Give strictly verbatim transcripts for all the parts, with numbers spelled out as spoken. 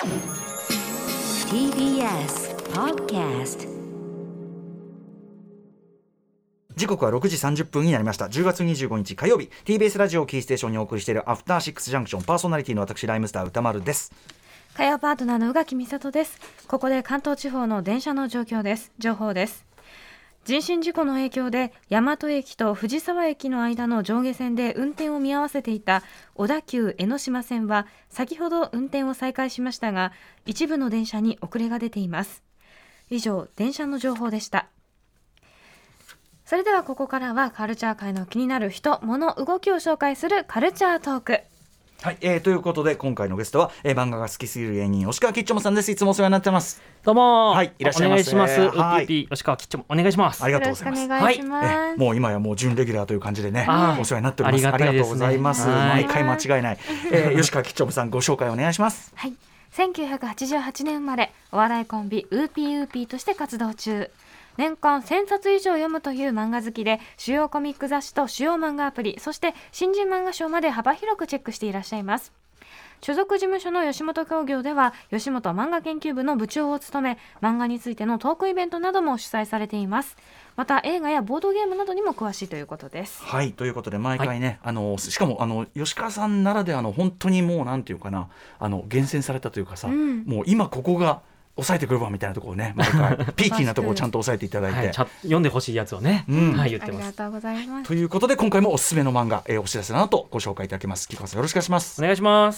ティービーエス Podcast。 時刻はろくじさんじゅっぷんになりました。じゅうがつにじゅうごにち火曜日、 ティービーエス ラジオキーステーションにお送りしているアフターシックスジャンクション、パーソナリティの私ライムスター歌丸です。 火曜パートナーの宇垣美里です。ここで関東地方の電車の状況です。情報です。人身事故の影響で大和駅と藤沢駅の間の上下線で運転を見合わせていた小田急江ノ島線は先ほど運転を再開しましたが、一部の電車に遅れが出ています。以上、電車の情報でした。それではここからはカルチャー界の気になる人、物、動きを紹介するカルチャートーク。 はい、えー、ということで今回のゲストは、えー、漫画が好きすぎる芸人吉川きっちょもさんです。いつもお世話になってます。 どうも、 はい、いらっしゃいませ。 お願いします。ウはい、 ッピーピー吉川きっちょもお願いします。 ありがとうございます。 よろしくお願いします。 はい、えもう今やもう準レギュラーという感じでね、 あお世話になっております。 ありがたいですね。 ありがとうございます。 はい、 毎回間違いない、えー、吉川きっちょもさんご紹介お願いします。 はい、せんきゅうひゃくはちじゅうはちねん生まれ、お笑いコンビウーピーウーピーとして活動中。年間せんさつ以上読むという漫画好きで、主要コミック雑誌と主要漫画アプリ、そして新人漫画賞まで幅広くチェックしていらっしゃいます。所属事務所の吉本興業では吉本漫画研究部の部長を務め、漫画についてのトークイベントなども主催されています。また映画やボードゲームなどにも詳しいということです。 はい、ということで毎回ね、はい、あのしかもあの吉川さんならではの本当にもうなんていうかな、あの厳選されたというかさ、うん、もう今ここが抑えてくるわみたいなところをね、毎回ピーキーなところをちゃんと抑えていただいて、はい、 読んでほしいやつをね、うんはい、言ってます。 ありがとうございます。 ということで今回もおすすめの漫画、えー、お知らせなどとご紹介いただきます。吉川さんよろしくお願いします。 お願いします。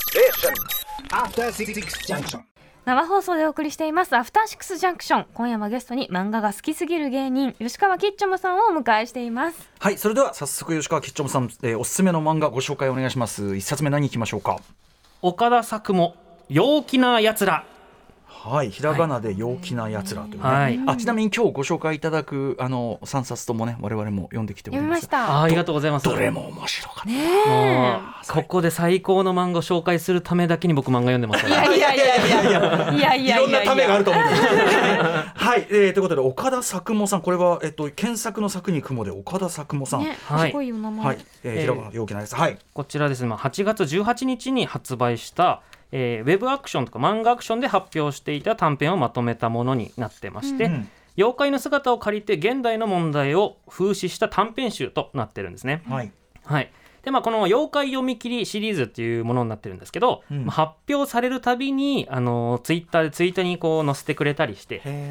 生放送でお送りしていますアフターシックスジャンクション。今夜はゲストに漫画が好きすぎる芸人吉川きっちょもさんをお迎えしています。 はい、それでは早速吉川きっちょもさん、えー、おすすめの漫画ご紹介お願いします。一冊目何いきましょうか。 岡田作も陽気なやつら。 はい、ひらがなで陽気なやつらというね、はい、あちなみに今日ご紹介いただくあのさんさつともね我々も読んできております。 読みました。 あ, ありがとうございます。 どれも面白かった、 ね、 ここで最高の漫画を紹介するためだけに僕漫画読んでますからいやいやいやいやいやいやいやいやいろんなためがあると思うんですはい、えー、ということで岡田作もさん、これは、えっと、検索の作に雲で岡田作もさん、 ね、 はい、 すごいお名前、 はいえー、ひらがな陽気なやつ、はい、 こちらですね、はちがつじゅうはちにちに発売したえー、ウェブアクションとか漫画アクションで発表していた短編をまとめたものになってまして、うん、妖怪の姿を借りて現代の問題を風刺した短編集となってるんですね。 はいはい、でまあ、この妖怪読み切りシリーズっていうものになってるんですけど、うん、発表されるたびにあのツイッターでツイートにこう載せてくれたりして、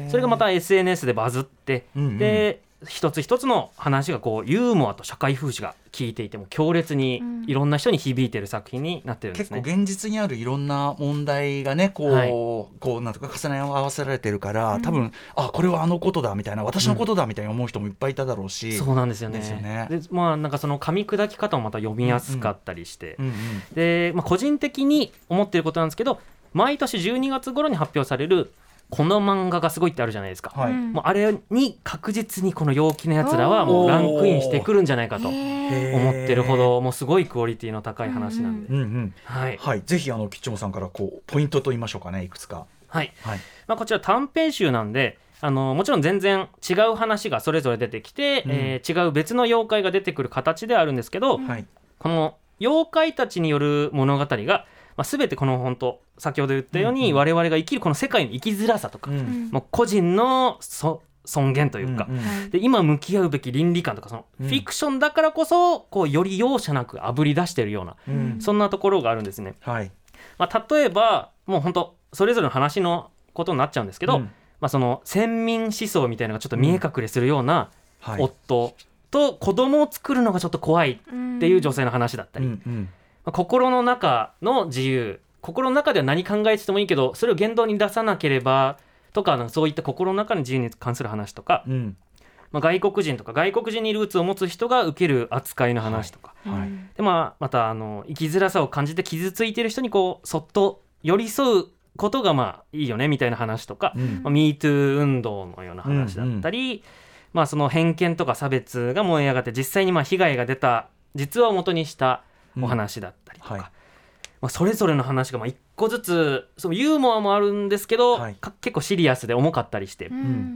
それがまた エスエヌエス でバズって、うんうん、で一つ一つの話がこうユーモアと社会風刺が効いていても強烈にいろんな人に響いている作品になってるんですね。 結構現実にあるいろんな問題がねこう、はい、こうなんとか重ね合わせられてるから、うん、多分あこれはあのことだみたいな、私のことだみたいに思う人もいっぱいいただろうし、うん、 そうなんですよね。 ですよね。 で、まあ、なんかその噛み砕き方もまた読みやすかったりして、 うんうんでまあ、個人的に思っていることなんですけど、毎年じゅうにがつ頃に発表されるこの漫画がすごいってあるじゃないですか、はい、もうあれに確実にこの陽気なやつらはもうランクインしてくるんじゃないかと思ってるほど、もうすごいクオリティの高い話なんで、 うんうんはいはい、ぜひあのキッチョモさんからこうポイントと言いましょうかね、いくつか、 はいはいまあ、こちら短編集なんで、あのもちろん全然違う話がそれぞれ出てきて、うんえー、違う別の妖怪が出てくる形ではあるんですけど、うん、この妖怪たちによる物語がまあ、全てこの本当先ほど言ったように、うんうん、我々が生きるこの世界の生きづらさとか、うん、もう個人のそ尊厳というか、うんうん、で今向き合うべき倫理観とか、そのフィクションだからこそこうより容赦なくあぶり出しているような、うん、そんなところがあるんですね、はいまあ、例えばもう本当それぞれの話のことになっちゃうんですけど、うんまあ、その先民思想みたいなのがちょっと見え隠れするような夫と子供を作るのがちょっと怖いっていう女性の話だったり、うんうん心の中の自由、心の中では何考えててもいいけどそれを言動に出さなければとか、そういった心の中の自由に関する話とか、うんまあ、外国人とか外国人にルーツを持つ人が受ける扱いの話とか、はいはいでまあ、またあの生きづらさを感じて傷ついている人にこうそっと寄り添うことがまあいいよねみたいな話とか、うんまあ、ミートゥー 運動のような話だったり、うんうんまあ、その偏見とか差別が燃え上がって実際にまあ被害が出た実話を元にしたお話だったりとか、うんはいまあ、それぞれの話がまあ一個ずつそのユーモアもあるんですけど、はい、結構シリアスで重かったりして、うん、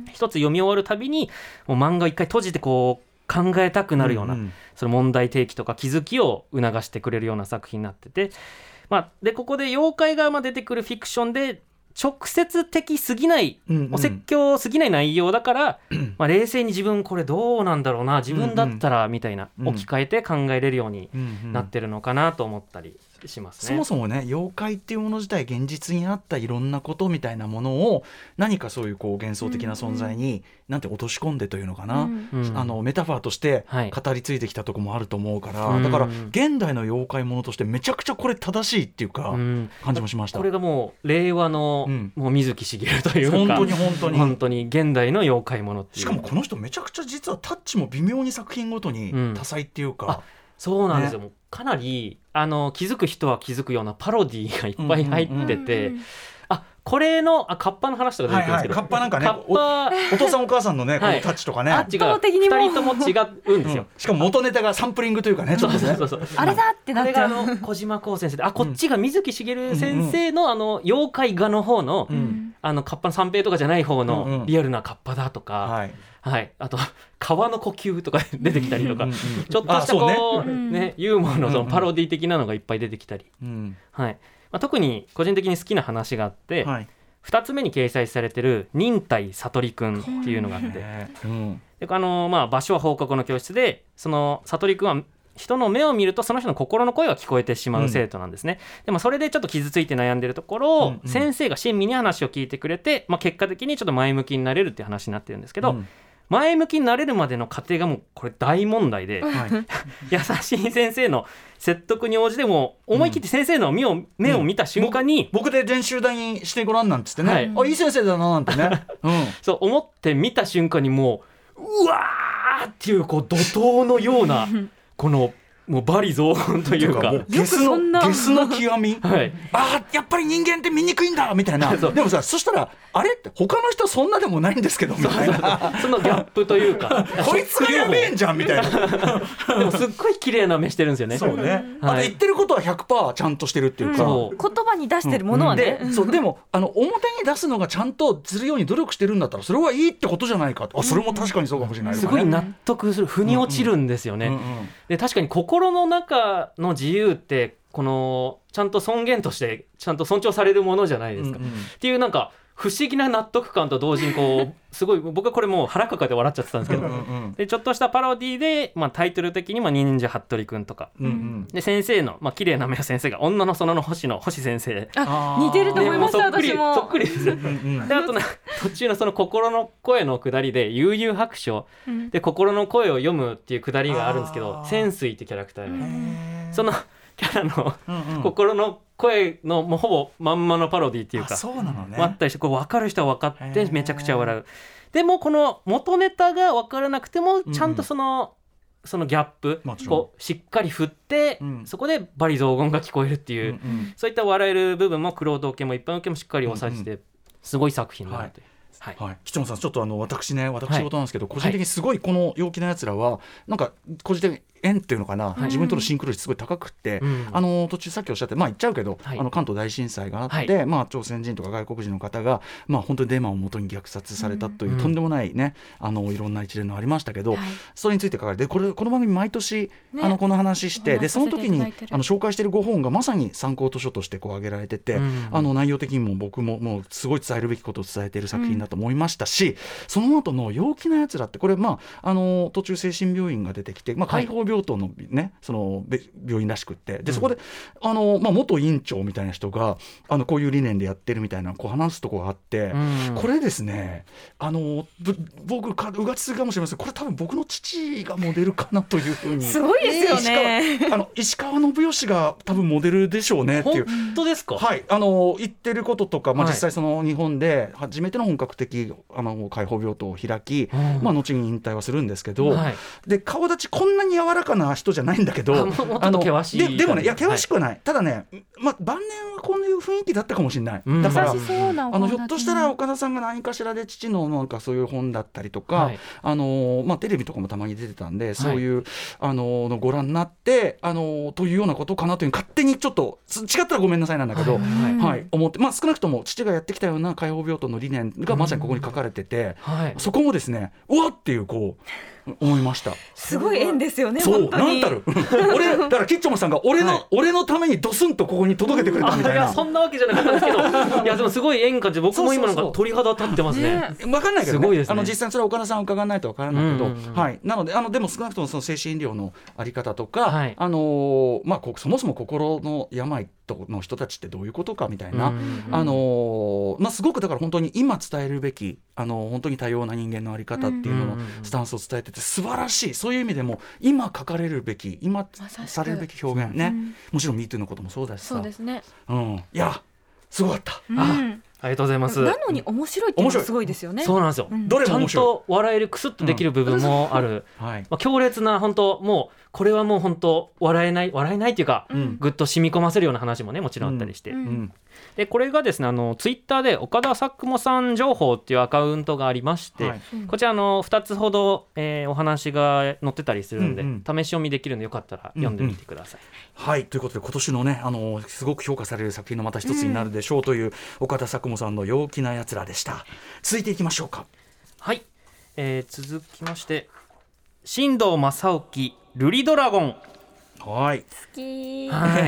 一つ読み終わるたびにもう漫画を一回閉じてこう考えたくなるような、うんうん、その問題提起とか気づきを促してくれるような作品になってて、 まあ、でここで妖怪がまあ出てくるフィクションで直接的すぎない、うんうん、お説教すぎない内容だから、まあ、冷静に自分これどうなんだろうな自分だったらみたいな、うんうん、置き換えて考えれるようになってるのかなと思ったりしますね。 そもそもね妖怪っていうもの自体現実にあったいろんなことみたいなものを何かそういうこう幻想的な存在に、うんうん、なんて落とし込んでというのかな、うんうん、あのメタファーとして語り継いできたところもあると思うから、はい、だから現代の妖怪ものとしてめちゃくちゃこれ正しいっていうか、うん、感じもしました。 これがもう令和の、うん、もう水木しげるというか本当に本当に本当に現代の妖怪ものっていう。 しかもこの人めちゃくちゃ実はタッチも微妙に作品ごとに多彩っていうか、うん、 そうなんですよ、ね、もうかなりあの気づく人は気づくようなパロディーがいっぱい入ってて、うんうんうん、あこれのあカッパの話とか出てくるんですけど、 はいはい、カッパなんかね お, お父さんお母さんのね、はい、このタッチとかね圧倒的にもふたりとも違うんですよ、 うん、しかも元ネタがサンプリングというかねちょっとねそうそうそうあれだってなっちゃう。 あれがあの小島光先生であこっちが水木しげる先生の、うん、あの妖怪画の方の、うん、あのカッパの三平とかじゃない方のリアルなカッパだとか、うんうんはいはい、あと川の呼吸とか出てきたりとか、うんうんうん、ちょっとしたこう、ねね、ユーモア の, そのパロディ的なのがいっぱい出てきたり、うんはいまあ、特に個人的に好きな話があって、はい、ふたつめに掲載されてる忍耐悟りくんっていうのがあって、うん、であの、まあ、場所は放課後の教室でその悟りくんは人の目を見るとその人の心の声が聞こえてしまう生徒なんですね、うん、でもそれでちょっと傷ついて悩んでるところを、うんうん、先生が親身に話を聞いてくれて、まあ、結果的にちょっと前向きになれるっていう話になってるんですけど、うん前向きになれるまでの過程がもうこれ大問題で、はい、優しい先生の説得に応じても思い切って先生の目を、うん、目を見た瞬間に、 うん、僕で練習台にしてごらんなんつってね、はい、あいい先生だななんてね、うん、 そう思って見た瞬間にもううわーっていうこう怒涛のようなこのもう罵詈雑言というかゲスのゲスの極み、はい、あやっぱり人間って醜いんだみたいなでもさそしたらあれって他の人そんなでもないんですけどみたいなそのギャップというかこいつがやべえんじゃんみたいなでもすっごい綺麗な目してるんですよね。 そうね、はい、あと言ってることは ひゃくパーセント ちゃんとしてるっていうか、 うん、言葉に出してるものはね、 うん、で, そうでもあの表に出すのがちゃんとするように努力してるんだったらそれはいいってことじゃないかとあそれも確かにそうかもしれない、ね、 すごい納得する腑に落ちるんですよね、うんうんうんうん、で確かに心の中の自由ってこのちゃんと尊厳としてちゃんと尊重されるものじゃないですか、うんうん、っていうなんか不思議な納得感と同時にこうすごい僕はこれもう腹抱えて笑っちゃってたんですけどうん、うん、でちょっとしたパロディで、まあ、タイトル的にも忍者服部くんとか、うんうん、で先生の、まあ綺麗な目の先生が女の園の星の星先生あ似てると思いました。私もそっくりですよであとな途中のその心の声のくだりで悠々白書、うん、で心の声を読むっていうくだりがあるんですけど潜水ってキャラクターでそのキャラの、うんうん、心の声のもうほぼまんまのパロディっていうかあそうなのねあったりしてこれ分かる人は分かってめちゃくちゃ笑う。でもこの元ネタが分からなくてもちゃんとその、うん、そのギャップこうしっかり振って、うん、そこで罵詈雑言が聞こえるっていう、うんうん、そういった笑える部分もクロード受けも一般受けもしっかり抑えてて、うんうん、すごい作品になって、はいはいはい、吉野さんちょっとあの私ね私事なんですけど、はい、個人的にすごいこの陽気なやつらはなんか個人的に縁っていうのかな、はい、自分とのシンクロ率すごい高くって、うん、あの途中さっきおっしゃってまあ言っちゃうけど、はい、あの関東大震災があって、はいまあ、朝鮮人とか外国人の方が、まあ、本当にデマをもとに虐殺されたという、うん、とんでもないねあのいろんな一連のありましたけど、はい、それについて書かれてこれこの番組毎年、ね、あのこの話してでその時にあの紹介しているごほんがまさに参考図書としてこう挙げられてて、うん、あの内容的にも僕ももうすごい伝えるべきことを伝えている作品だと思いましたし、うん、その後の陽気なやつらってこれ、まあ、あの途中精神病院が出てきて、まあ、開放病棟のね、はいその病院らしくってでそこで、うん、あのまあ、元院長みたいな人があのこういう理念でやってるみたいなこう話すところがあって、うん、これですねあの僕かうがちするかもしれませんこれ多分僕の父がモデルかなというふうにすごいですよね石川、あの石川信義が多分モデルでしょうねっていう本当ですか。 はいあの言ってることとか、まあ、実際その日本で初めての本格的あの開放病棟を開き、はいまあ、後に引退はするんですけど、はい、で顔立ちこんなに柔らかな人じゃないんだけどあので, でもねいや険しくはない、はい、ただね、まあ、晩年はこういう雰囲気だったかもしれない、うん、だからあのひょっとしたら岡田さんが何かしらで父のなんかそういう本だったりとか、はいあのまあ、テレビとかもたまに出てたんで、はい、そういうあののご覧になってあのというようなことかなという勝手にちょっと違ったらごめんなさいなんだけど、はいはい、思って、まあ、少なくとも父がやってきたような開放病棟の理念がまさにここに書かれてて、うんはい、そこもですねうわっていうこう思いました。 すごい縁ですよね。 そうなんたる俺だからキッチョマさんが俺の、はい、俺のためにドスンとここに届けてくれたみたいな。 いやそんなわけじゃなかったんですけどいやでもすごい演歌で僕も今なんか鳥肌立ってますね。 分かんないけどね、 すごいですね。 あの実際にそれは岡田さん伺わないと分からないけど、うんうんうん、はい、なのであのでも少なくともその精神医療のあり方とか、はい、あのーまあ、そもそも心の病の人たちってどういうことかみたいな、うんうん、あのーまあ、すごくだから本当に今伝えるべきあの本当に多様な人間のあり方っていうののスタンスを伝えてて素晴らしい。そういう意味でも今書かれるべき今されるべき表現ね、うん、もちろん ミートゥー のこともそうだしさ。 そうですね、 うん、いやすごかった、 うん、 あありがとうございます。 なのに面白いっていうのがすごいですよね。 そうなんですよ、うん、どれも面白い。ちゃんと笑えるクスッとできる部分もある、うんはいまあ、強烈な本当もうこれはもう本当笑えない笑えないっていうか、うん、ぐっと染み込ませるような話もねもちろんあったりして、うんうん、でこれがですねあのツイッターで岡田佐久間さん情報っていうアカウントがありまして、はい、こちらのふたつほど、えー、お話が載ってたりするんで、うんうん、試し読みできるのでよかったら読んでみてください、 うんうん、はいということで今年のねあのすごく評価される作品のまた一つになるでしょうという、うん、岡田佐久間さんの陽気なやつらでした。続いていきましょうか。 はい、えー、続きまして新藤正興ルリドラゴン。 はい好き、 はい、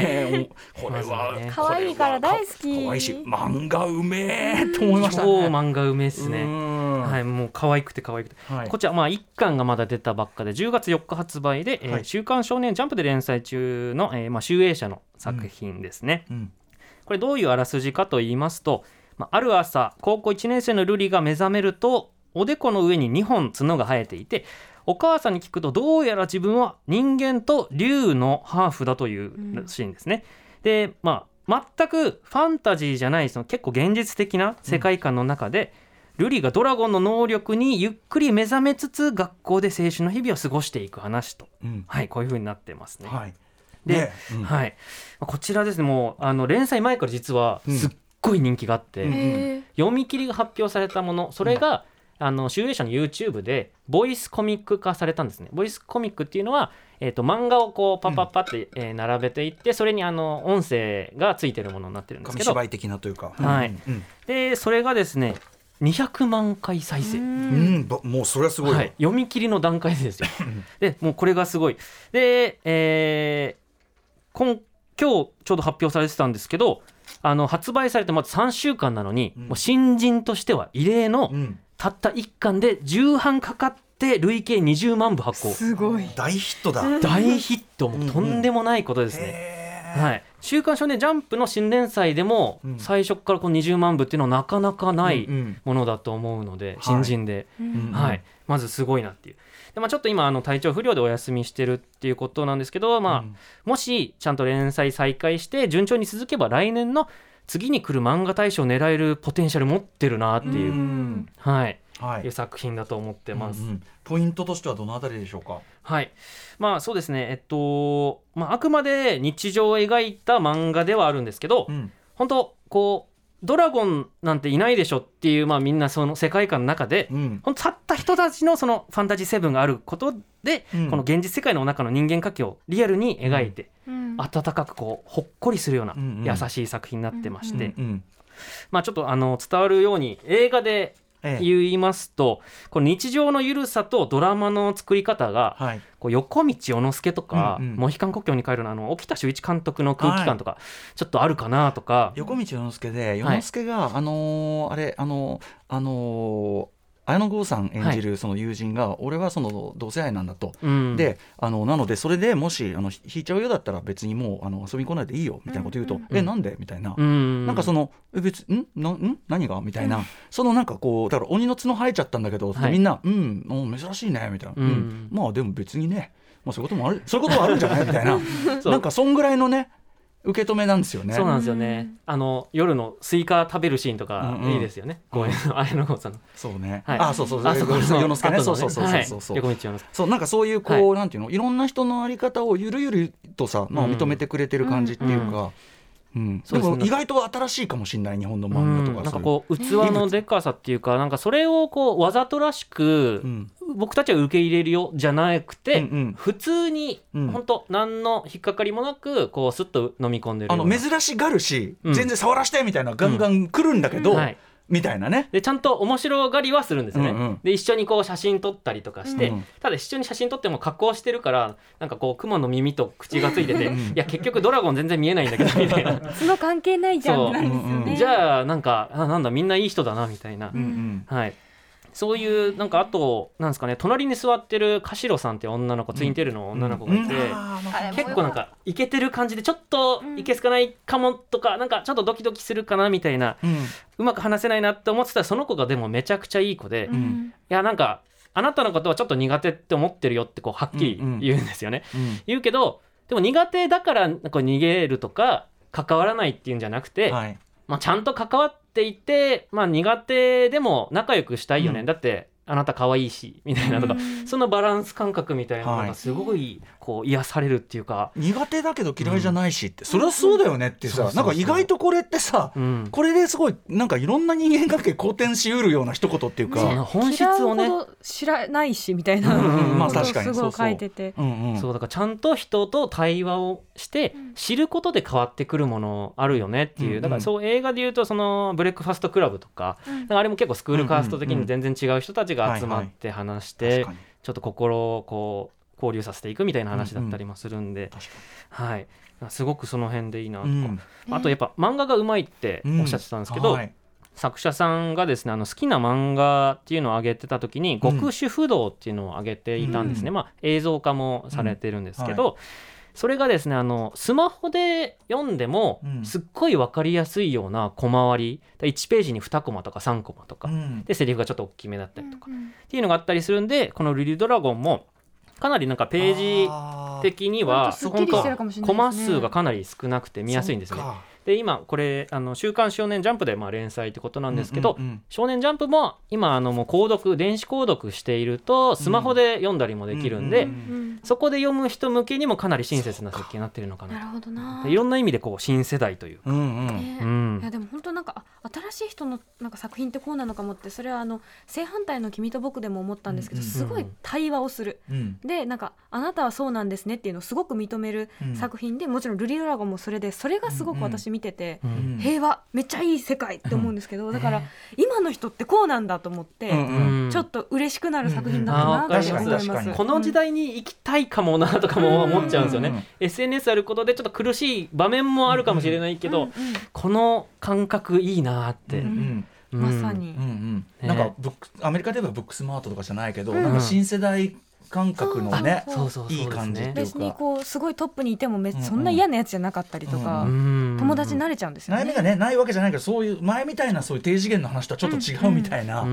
これは可愛、ね、いから大好き。 可愛いし漫画うめえと思いましたね。 超漫画うめえっすね。はい、もう可愛くて可愛くて、はい、こちらまあいっかんがまだ出たばっかでじゅうがつよっか発売で、はいえー、週刊少年ジャンプで連載中の、えーまあ、集英社の作品ですね、うんうん、これどういうあらすじかと言いますと、まあ、ある朝高校いちねん生の瑠璃が目覚めるとおでこの上ににほん角が生えていてお母さんに聞くとどうやら自分は人間と竜のハーフだというらしいんですね、うん、でまあ全くファンタジーじゃないその結構現実的な世界観の中で、うん、瑠璃がドラゴンの能力にゆっくり目覚めつつ学校で青春の日々を過ごしていく話と、うんはい、こういう風になってますね、はいでねうんはい、こちらですねもうあの連載前から実はすっごい人気があって、うん、読み切りが発表されたものそれが、うんあの集英社の YouTube でボイスコミック化されたんですね。ボイスコミックっていうのは、えー、と漫画をこうパッパッパって、うんえー、並べていってそれにあの音声がついてるものになってるんですけど紙芝居的なというか、 はいうんうん、 でそれがですねにひゃくまんかい再生、 うんもうそれはすごい、 はい、読み切りの段階でですよでもうこれがすごいで、えー、今今日ちょうど発表されてたんですけどあの発売されてまずさんしゅうかんなのに、うん、もう新人としては異例の、うんたったいっかんでじゅうはんかかって累計にじゅうまんぶ発行。 すごい大ヒットだ大ヒットもとんでもないことですね、うんうんはい、週刊少年ジャンプの新連載でも最初からこのにじゅうまんぶっていうのはなかなかないものだと思うので、うんうん、新人で、はいはい、まずすごいなっていうで、まあ、ちょっと今あの体調不良でお休みしてるっていうことなんですけど、まあうん、もしちゃんと連載再開して順調に続けば来年の次に来る漫画大賞を狙えるポテンシャル持ってるなっていう、うんはいはい、いう作品だと思ってます、うんうん、 ポイントとしてはどのあたりでしょうか。 はいまあそうですねえっと、まあ、あくまで日常を描いた漫画ではあるんですけど、うん、本当こうドラゴンなんていないでしょっていう、まあ、みんなその世界観の中で、うん、本当たった人たちのそのファンタジーセブンがあることで、うん、この現実世界の中の人間関係をリアルに描いて、うん、温かくこうほっこりするような優しい作品になってまして、うんうん、まあちょっとあの伝わるように映画で言いますと、ええ、この日常のゆるさとドラマの作り方が、はい、こう横道世之助とか、うんうん、モヒカン国境に帰るのあの沖田修一監督の空気感とか、はい、ちょっとあるかなとか。 横道世之助で世之助が、はい、あのー、あれあのー、あのー綾野剛さん演じるその友人が、はい、俺はその同性愛なんだと、うん、であのなのでそれでもしあの引いちゃうようだったら別にもうあの遊びに来ないでいいよみたいなこと言うと、うんうん、えなんでみたいな、うん、なんかそのえ別んなん何がみたいな、うん、そのなんかこうだから鬼の角生えちゃったんだけど、はい、みんなうんもう珍しいねみたいな、うんうん、まあでも別にね、まあ、そういうこともあるそういうこともあるんじゃないみたいななんかそんぐらいのね受け止めなんですよね。 そうなんですよね。あの夜のスイカ食べるシーンとかいいですよね。ごめん、綾野剛さんの。 そうね。はい、あ、そうそうそう。世之助ね。そうそうそうそうそう。 横道世之助。 そうなんかそういうこう、はい、なんていうのいろんな人のあり方をゆるゆるとさ、まあ認めてくれてる感じっていうか。うんうん、でも意外と新しいかもしれない日本の漫画とか、うん、 なんかこう器のでかさっていうかなんかそれをこうわざとらしく、うん、僕たちは受け入れるよじゃなくて、うんうん、普通に、うん、本当何の引っかかりもなくこうスッと飲み込んでるあの珍しがるし、うん、全然触らしてみたいなガンガン来るんだけど、うんはい、 みたいなね。 でちゃんと面白がりはするんですよね、うんうん、で一緒にこう写真撮ったりとかして、うん、ただ一緒に写真撮っても加工してるからなんかこう雲の耳と口がついてていや結局ドラゴン全然見えないんだけどみたいなその関係ないじゃんってなるんですよね。 じゃあなんかあなんだみんないい人だなみたいな、うんうん、はい、そういうなんかあとなんですかね、隣に座ってるカシロさんって女の子、ツインテールの女の子がいて、うん、結構なんかイケてる感じでちょっといけすかないかもとか、なんかちょっとドキドキするかなみたいな、うん、うまく話せないなって思ってたらその子がでもめちゃくちゃいい子で、うん、いやなんかあなたのことはちょっと苦手って思ってるよってこうはっきり言うんですよね、うんうん、言うけどでも苦手だからなんか逃げるとか関わらないっていうんじゃなくて、はい、まあ、ちゃんと関わっていて、まあ、苦手でも仲良くしたいよね、うん、だってあなた可愛いしみたいなとか、そのバランス感覚みたいなのがすごいこう癒されるっていうか、 苦手だけど嫌いじゃないしって、うん、それはそうだよねってさ、なんか意外とこれってさ、うん、これですごいなんかいろんな人間関係好転しうるような一言っていうか、 ね、本質をね嫌うほど知らないしみたいな、うんうん、まあ確かにすごい書いてて、 そうそう、うんうん、そうだからちゃんと人と対話をして知ることで変わってくるものあるよねっていう、だからそう映画でいうとそのブレックファストクラブとか、うん、だからあれも結構スクールカースト的に全然違う人たちが集まって話して、はいはい、ちょっと心をこう交流させていくみたいな話だったりもするんで、うんうん、はい、すごくその辺でいいなとか、うん、あとやっぱ漫画がうまいっておっしゃってたんですけど、うん、はい、作者さんがですねあの好きな漫画っていうのを挙げてた時に、うん、極主不動っていうのを挙げていたんですね、うん、まあ、映像化もされてるんですけど、うん、はい、それがですねあのスマホで読んでもすっごい分かりやすいような小回り、いちページににコマとかさんコマとか、うん、でセリフがちょっと大きめだったりとか、うんうん、っていうのがあったりするんで、このルリドラゴンもかなりなんかページ的には本当コマ数がかなり少なくて見やすいんですね。で今これあの週刊少年ジャンプでまあ連載ってことなんですけど、うんうんうん、少年ジャンプも今あのもう購読電子購読しているとスマホで読んだりもできるんで、うんうんうん、そこで読む人向けにもかなり親切な設計になってるのかな。 なるほどな。 いろんな意味でこう新世代というか、うんうんね、うん、いやでも本当なんか新しい人のなんか作品ってこうなのかもって、それはあの正反対の君と僕でも思ったんですけど、うんうん、すごい対話をする、うん、でなんかあなたはそうなんですねっていうのをすごく認める作品で、うん、もちろんルリドラゴンもそれで、それがすごく私見てて、うんうん、平和めっちゃいい世界って思うんですけど、うん、だから今の人ってこうなんだと思って、うんうん、ちょっと嬉しくなる作品だったなって思います、うんうん、 この時代に生きたいかもなとかも思っちゃうんですよね、うんうんうん、エスエヌエス あることでちょっと苦しい場面もあるかもしれないけど、うんうん、この感覚いいなって、うんうんうん、まさに、 うんうん、なんかブックアメリカではブックスマートとかじゃないけど、うん、なんか新世代感覚のね、そうそうそう、いい感じっていうか、 別にこうすごいトップにいてもめそんな嫌なやつじゃなかったりとか、うんうん、友達になれちゃうんですよね。 悩みがねないわけじゃないけど、そういう前みたいなそういう低次元の話とはちょっと違うみたいな、うん、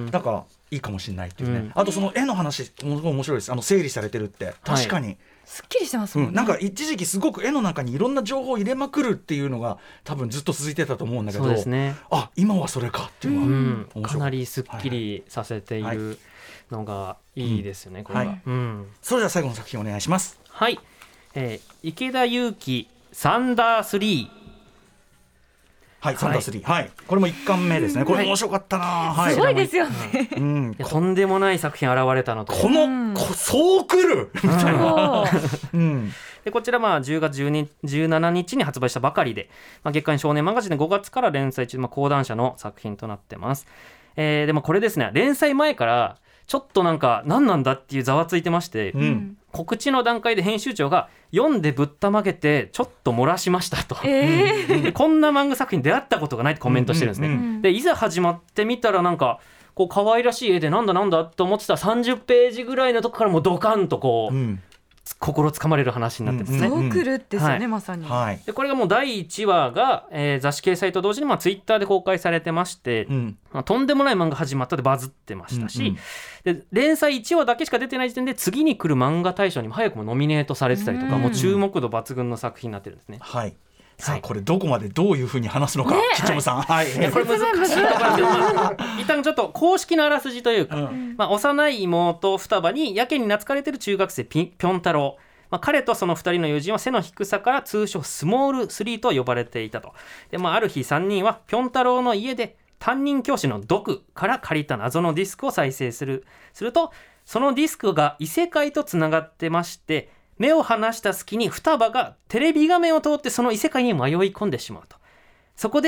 だからいいかもしれないっていうね、うん、あとその絵の話もすごい面白いです。あの整理されてるって確かに、はい、 すっきりしてますもんね、 うん、なんか一時期すごく絵の中にいろんな情報を入れまくるっていうのが多分ずっと続いてたと思うんだけど、 そうですね、 あ今はそれかっていうのは、 うん、かなりすっきりさせているのがいいですよね、はい、これは、はい、うん、 それでは最後の作品お願いします。 はい、えー、池田裕貴サンダースリー、 はい、サンダースリー、はい、これもいっかんめですね。これ面白かったな、はい、 すごいですよね、 うん、とんでもない作品現れたのと、 この、うん、こそう来るみたいな、 うん、でこちらまあじゅうがつじゅうじゅうしちにちに発売したばかりで、まあ、月刊少年マガジンでごがつから連載中、まあ、講談社の作品となってます、えー、でもこれですね、連載前からちょっとなんか何なんだっていうざわついてまして、うん、告知の段階で編集長が読んでぶったまげてちょっと漏らしましたと、えー、でこんな漫画作品出会ったことがないってコメントしてるんですね、うんうんうん、でいざ始まってみたらなんかこう可愛らしい絵でなんだなんだと思ってたらさんじゅっページぐらいのとこからもうドカンとこう、うん、心つかまれる話になってますね、 そうくるですよね、はい、まさに、はい、 でこれがもうだいいちわが、えー、雑誌掲載と同時にまあツイッターで公開されてまして、うんまあ、とんでもない漫画始まったでバズってましたし、うんうん、で連載いちわだけしか出てない時点で次に来る漫画大賞にも早くもノミネートされてたりとか、うん、もう注目度抜群の作品になってるんですね、 はい、さあこれどこまでどういうふうに話すのか、ね、キッチョムさん、はい、 いやこれ難しいところですけど、まあ、一旦ちょっと公式のあらすじというか、うんまあ、幼い妹双葉にやけに懐かれてる中学生ピョン太郎、まあ、彼とそのふたりの友人は背の低さから通称スモールスリーと呼ばれていたと。で、まあ、ある日さんにんはピョン太郎の家で担任教師のドクから借りた謎のディスクを再生するすると、そのディスクが異世界とつながってまして、目を離した隙に双葉がテレビ画面を通ってその異世界に迷い込んでしまうと。そこで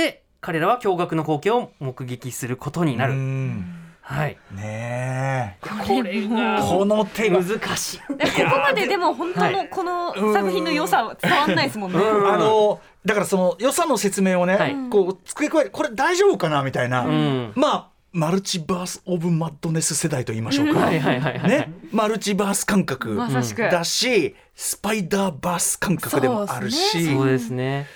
彼らは驚愕の光景を目撃することになる。はい、 ねえこれがこの手が難しい。ここまででも本当のこの作品の良さは伝わんないですもんね。 あのだからその良さの説明をね、はい、こう付け加えてこれ大丈夫かなみたいな、うん、まあマルチバース・オブ・マッドネス世代と言いましょうか、ね、マルチバース感覚だし、スパイダーバース感覚でもあるし、 そうですね。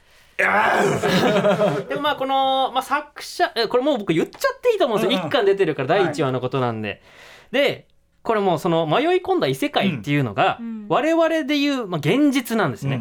でもまあこの、まあ、作者これもう僕言っちゃっていいと思うんですよ、うん、一巻出てるからだいいちわのことなんで、はい、でこれもうその迷い込んだ異世界っていうのが、うん、我々でいう、まあ、現実なんですね、うん、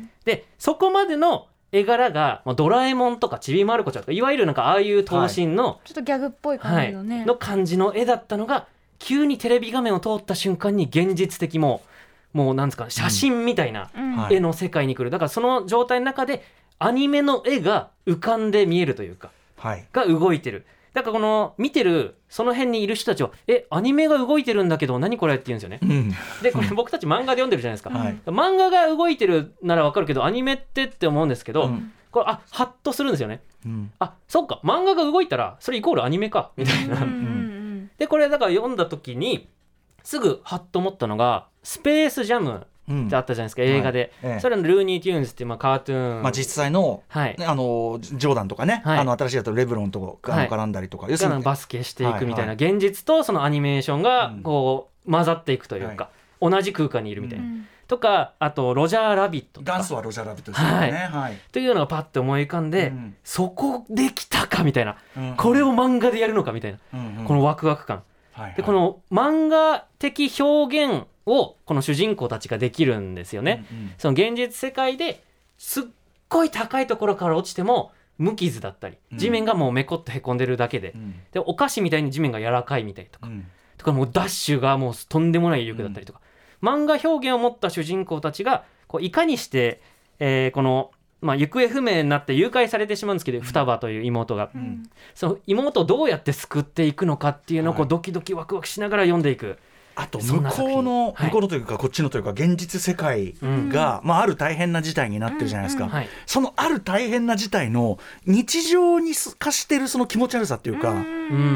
でそこまでの絵柄が、まあ、ドラえもんとかちびまる子ちゃんとかいわゆるなんかああいう頭身の、はい、 ちょっとギャグっぽい感じのね、 はい、の感じの絵だったのが急にテレビ画面を通った瞬間に現実的ももうなんですか写真みたいな絵の世界に来る、だからその状態の中でアニメの絵が浮かんで見えるというか、はい、が動いてる。だからこの見てるその辺にいる人たちはえアニメが動いてるんだけど何これって言うんですよね、うん、でこれ僕たち漫画で読んでるじゃないですか、はい、漫画が動いてるなら分かるけどアニメってって思うんですけど、うん、これあハッとするんですよね、うん、あそっか漫画が動いたらそれイコールアニメかみたいな、うん、でこれだから読んだ時にすぐハッと思ったのがスペースジャムってあったじゃないですか、うん、映画で、はいええ、それのルーニー・テューンズっていうまあカートゥーン、 まあ、実際の、はいね、あのジョーダンとかね、はい、あの新しいだとレブロンとか、はい、絡んだりとか要するにバスケしていくみたいな、はいはい、現実とそのアニメーションがこう、うん、混ざっていくというか、はい、同じ空間にいるみたいな、うん、とかあとロジャー・ラビットとか元祖はロジャー・ラビットですよね、はいはい、 というのがパッと思い浮かんで、うん、そこできたかみたいな、うん、これを漫画でやるのかみたいな、うんうん、このワクワク感、はいはい、でこの漫画的表現をこの主人公たちができるんですよね、うんうん、その現実世界ですっごい高いところから落ちても無傷だったり地面がもうめこっとへこんでるだけで、うん、でお菓子みたいに地面が柔らかいみたいとか、うん、とかもうダッシュがもうとんでもない威力だったりとか、うん、漫画表現を持った主人公たちがこういかにして、えー、このまあ、行方不明になって誘拐されてしまうんですけど、うん、双葉という妹が、うん、その妹をどうやって救っていくのかっていうのをこうドキドキワクワクしながら読んでいく。 あと向こうの、向こうのというかこっちのというか現実世界が、まあ、ある大変な事態になってるじゃないですか、うんうん、そのある大変な事態の日常に化してるその気持ち悪さっていうか、うん、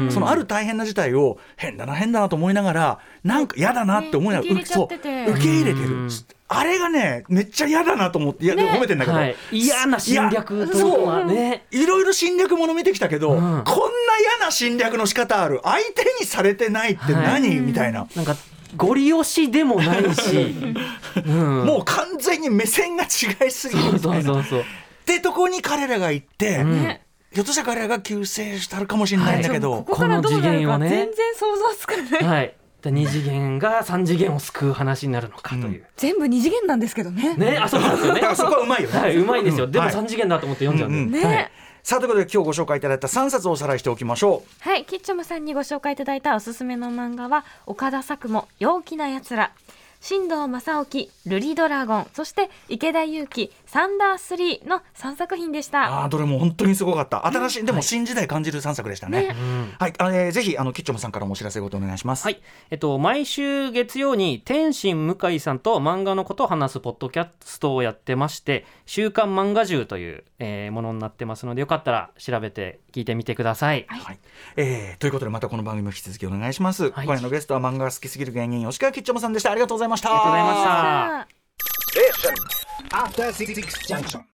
そのある大変な事態を変だな変だなと思いながらなんか嫌だなって思いながら、ね、受け入れてる、あれがねめっちゃ嫌だなと思って、いや、ね、褒めてんだけど、はい、 嫌な侵略とかね、 いろいろ侵略もの見てきたけど、うん、こんな嫌な侵略の仕方ある、相手にされてないって何、はい、みたいな、なんかゴリ押しでもないし、 うん、もう完全に目線が違いすぎるみたいな、そうそうそうってとこに彼らが行って、うん、ひょっとしたら彼らが救世したるかもしれないんだけど、はい、 ここからどうなるか全然想像つかない、 はい、に次元がさん次元を救う話になるのかという、うん、 全部に次元なんですけどね、 ね、あ、そうなんですよねそこはうまいよね、 はい、うまいんですよ、うん、でもさん次元だと思って読んじゃうんで、うんうん、ね、はい、 さあということで今日ご紹介いただいたさんさつをおさらいしておきましょう。 はい、キッチョムさんにご紹介いただいたおすすめの漫画は岡田作も陽気なやつら、新藤正興ルリドラゴン、そして池田裕樹サンダースリーのさんさく品でした。 あ、どれも本当にすごかった。新しい、うん、でも新時代感じるさんさくでしたね、ね、はい、あの、えー、ぜひあのキッチョムさんからもお知らせごとお願いします。 はい、えっと、毎週月曜に天心向井さんと漫画のことを話すポッドキャストをやってまして、週刊漫画集という、えー、ものになってますので、よかったら調べて聞いてみてください。 はいはい、えー、ということでまたこの番組も引き続きお願いします、はい、今夜のゲストは漫画が好きすぎる芸人吉川キッチョムさんでした。ありがとうございました。 ありがとうございました。 After Six Junction.